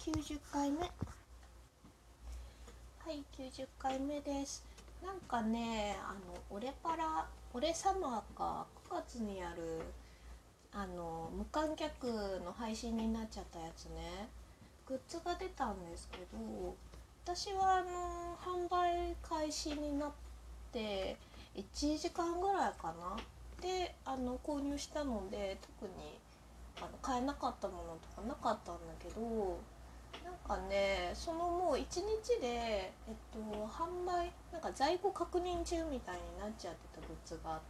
90回目。はい、90回目です。なんかね、俺サマーか9月にやる無観客の配信になっちゃったやつね、グッズが出たんですけど、私は販売開始になって1時間ぐらいかなで購入したので、特に買えなかったものとかなかったんだけど、なんかね、そのもう1日で、販売なんか在庫確認中みたいになっちゃってたグッズがあって、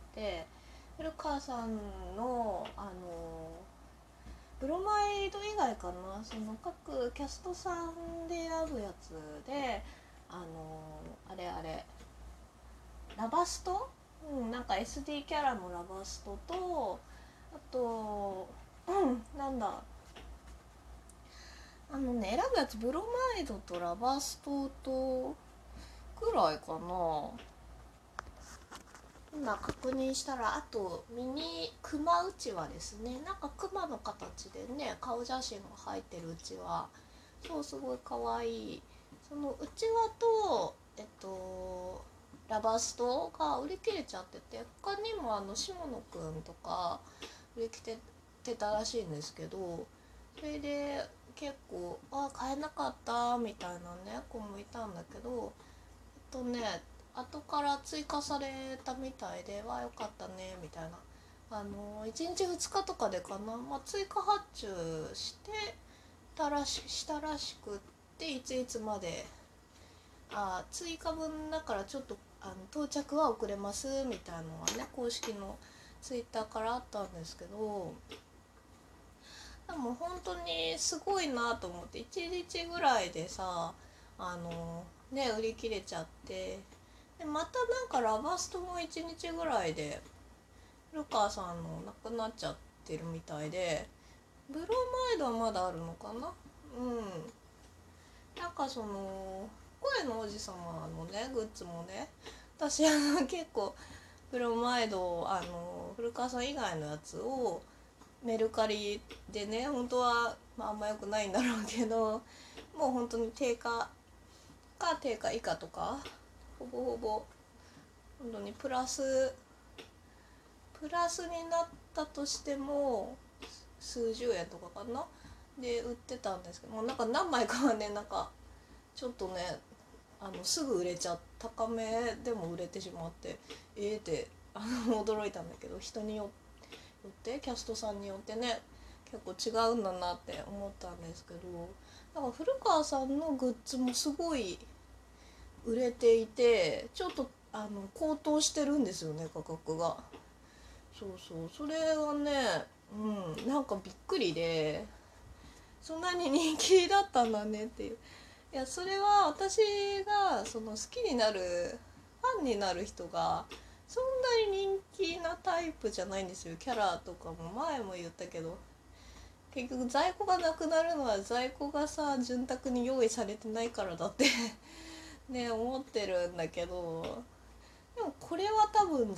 古川さんのブロマイド以外かな、その各キャストさんであるやつで、あれラバスト、なんか SD キャラのラバストと、あとなんだ選ぶやつブロマイドとラバストとくらいかな。今確認したら、あとミニクマうちわですね。なんかクマの形でね、顔写真が入ってるうちわ、そうすごいかわいい。そのうちわとラバストが売り切れちゃってて、他にも下野くんとか売り切れてたらしいんですけど、それで結構買えなかったみたいなね子もいたんだけど、後から追加されたみたいで、よかったねみたいな、1日2日とかでかな、追加発注してしたらしくって、いついつまで追加分だからちょっと到着は遅れますみたいなのはね、公式のツイッターからあったんですけど、でも本当にすごいなと思って、1日ぐらいでさ売り切れちゃって、でまたなんかラバストも1日ぐらいで古川さんのなくなっちゃってるみたいで、ブロマイドはまだあるのかな。なんかその声の王子様のねグッズもね、私結構ブロマイド古川さん以外のやつをメルカリでね、本当は、あんま良くないんだろうけど、もう本当に定価か定価以下とか、ほぼほぼ本当にプラスになったとしても数十円とかかなで売ってたんですけど、なんか何枚かはね、なんかちょっとねすぐ売れちゃ高めでも売れてしまって、って驚いたんだけど、人によってキャストさんによってね結構違うんだなって思ったんですけど、なんか古川さんのグッズもすごい売れていて、ちょっと高騰してるんですよね、価格が。そうそう、それがね、なんかびっくりで、そんなに人気だったんだねっていう。いや、それは私がその好きになるファンになる人がそんなに人気なタイプじゃないんですよ。キャラとかも前も言ったけど、結局在庫がなくなるのは在庫がさ潤沢に用意されてないからだってね思ってるんだけど、でもこれは多分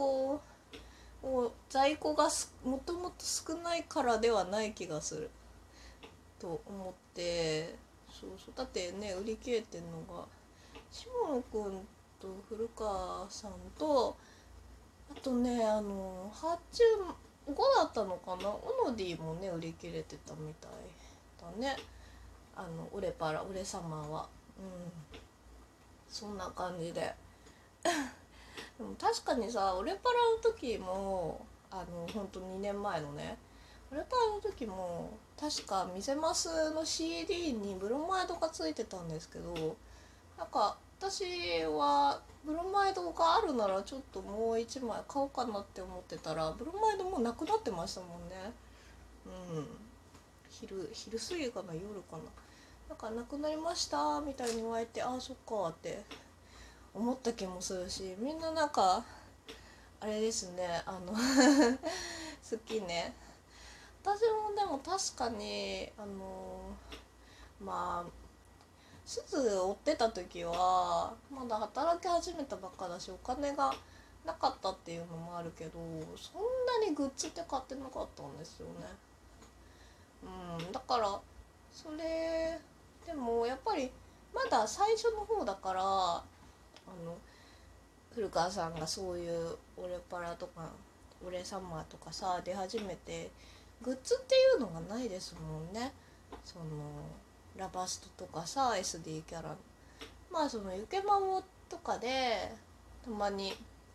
在庫がもともと少ないからではない気がすると思って。そうそう、だってね売り切れてんのが下野くんと古川さんと、あとね発注後だったのかな、オノディもね売り切れてたみたいだね。俺様はそんな感じで。でも確かにさ、オレパラの時も本当2年前のねオレパラの時も確かミセマスの CD にブロマイドがついてたんですけど、なんか私はブロマイドがあるならちょっともう1枚買おうかなって思ってたら、ブロマイドもうなくなってましたもんね。昼過ぎかな夜かな、なんかなくなりましたみたいに言われて、そっかって思った気もするし、みんななんかあれですね好きね。私もでも確かにまあすず追ってた時はまだ働き始めたばっかだし、お金がなかったっていうのもあるけど、そんなにグッズって買ってなかったんですよね。だからそれでもやっぱりまだ最初の方だから、古川さんがそういうオレパラとかオレサマーとかさ出始めて、グッズっていうのがないですもんね。そのラバストとかさ SD キャラ、まあそのユケマモとかでたまに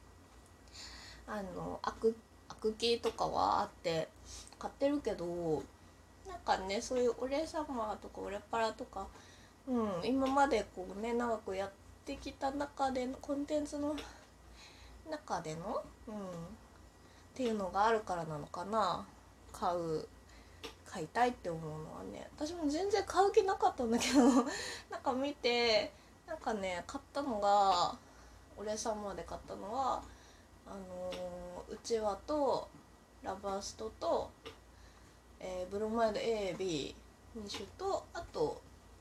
アクキーとかはあって買ってるけど、なんかねそういうオレサマーとかオレパラとか、今までこうね長くやってきた中でのコンテンツの中での、っていうのがあるからなのかな。買いたいって思うのはね、私も全然買う気なかったんだけどなんか見て、なんかね買ったのが、俺様で買ったのはうちわとラバーストと、ブロマイド AB2 種と、あと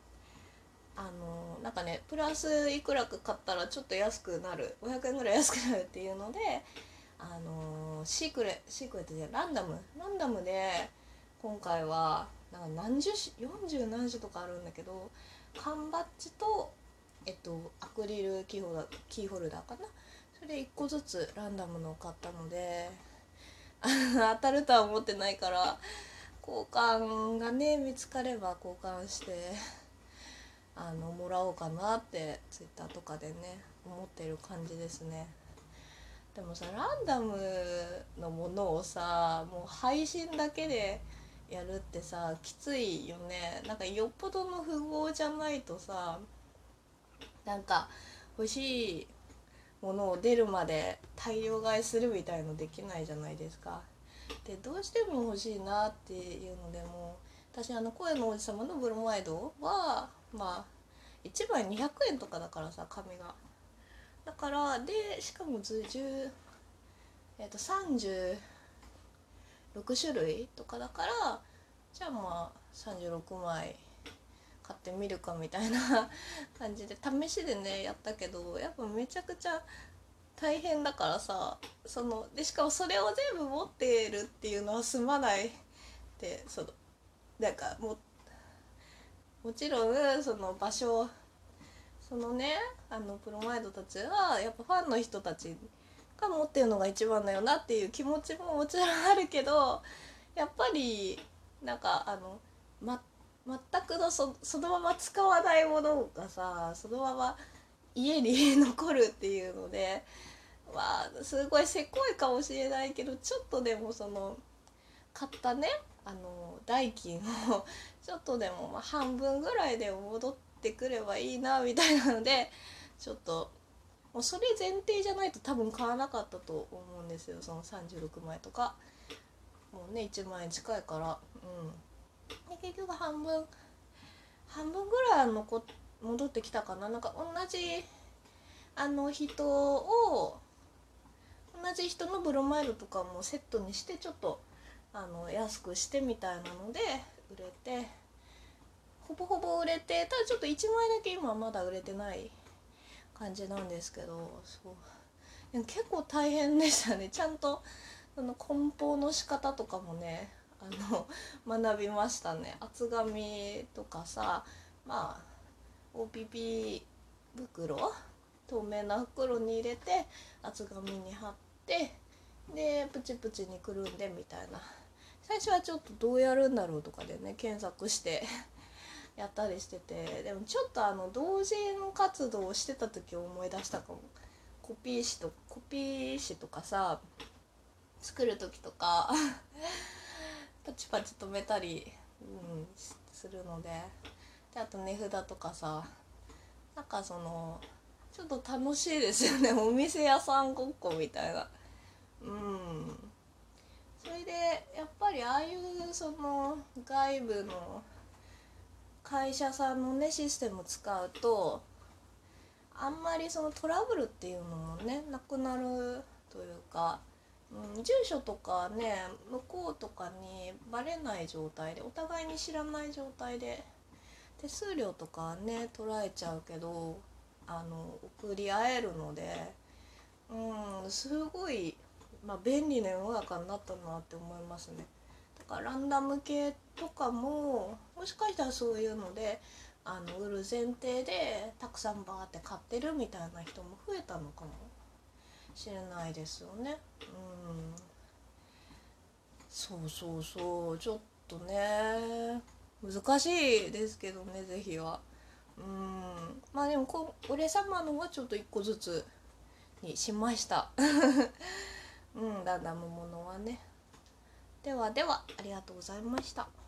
なんかねプラスいくらか買ったらちょっと安くなる、500円ぐらい安くなるっていうので、シークレットでランダムで今回はなんか何十種40何種とかあるんだけど、缶バッジとアクリルキーホルダーかな、それ1個ずつランダムのを買ったので当たるとは思ってないから、交換がね見つかれば交換してもらおうかなってツイッターとかでね思ってる感じですね。でもさ、ランダムのものをさもう配信だけでやるってさきついよね。なんかよっぽどの富豪じゃないとさ、なんか欲しいものを出るまで大量買いするみたいのできないじゃないですか。でどうしても欲しいなっていうのでも、私声の王子様のブロマイドはまあ1枚200円とかだからさ、紙がだから、でしかも36種類とかだから、じゃあまあ36枚買ってみるかみたいな感じで試しでねやったけど、やっぱめちゃくちゃ大変だからさ、でしかもそれを全部持ってるっていうのは済まないって、なんかもちろんその場所、そのねプロマイドたちはやっぱファンの人たちが持ってるのが一番だよなっていう気持ちももちろんあるけど、やっぱりなんか全くそのまま使わないものがさそのまま家に残るっていうので、すごいせこいかもしれないけど、ちょっとでも買ったね代金をちょっとでも半分ぐらいで戻ってくればいいなみたいなので、ちょっともうそれ前提じゃないと多分買わなかったと思うんですよ。その36枚とかもうね1万円近いから、で結局半分ぐらい戻ってきたかな。なんか同じ同じ人のブロマイドとかもセットにしてちょっと安くしてみたいなので売れて、ほぼほぼ売れて、ただちょっと1枚だけ今はまだ売れてない感じなんですけど、でも結構大変でしたね。ちゃんと梱包の仕方とかもね学びましたね。厚紙とかさ、OPP 袋、透明な袋に入れて厚紙に貼って、でプチプチにくるんでみたいな、最初はちょっとどうやるんだろうとかでね検索してやったりしてて、でもちょっと同人活動をしてた時を思い出したかも。コピー紙とかさ作る時とかパチパチ止めたり、するので、あと値札とかさ、なんかちょっと楽しいですよね。お店屋さんごっこみたいな。それでやっぱりああいう外部の会社さんのねシステムを使うと、あんまりトラブルっていうのもねなくなるというか、住所とかね向こうとかにバレない状態で、お互いに知らない状態で手数料とかね取られちゃうけど送り合えるので、すごい、便利な世の中になったなって思いますね。 かランダム系とかももしかしたらそういうので売る前提でたくさんバーって買ってるみたいな人も増えたのかもしれないですよね。そうそうそう、ちょっとね難しいですけどね、是非は。まあでも俺様のはちょっと一個ずつにしましたランダムものはね。ではでは、ありがとうございました。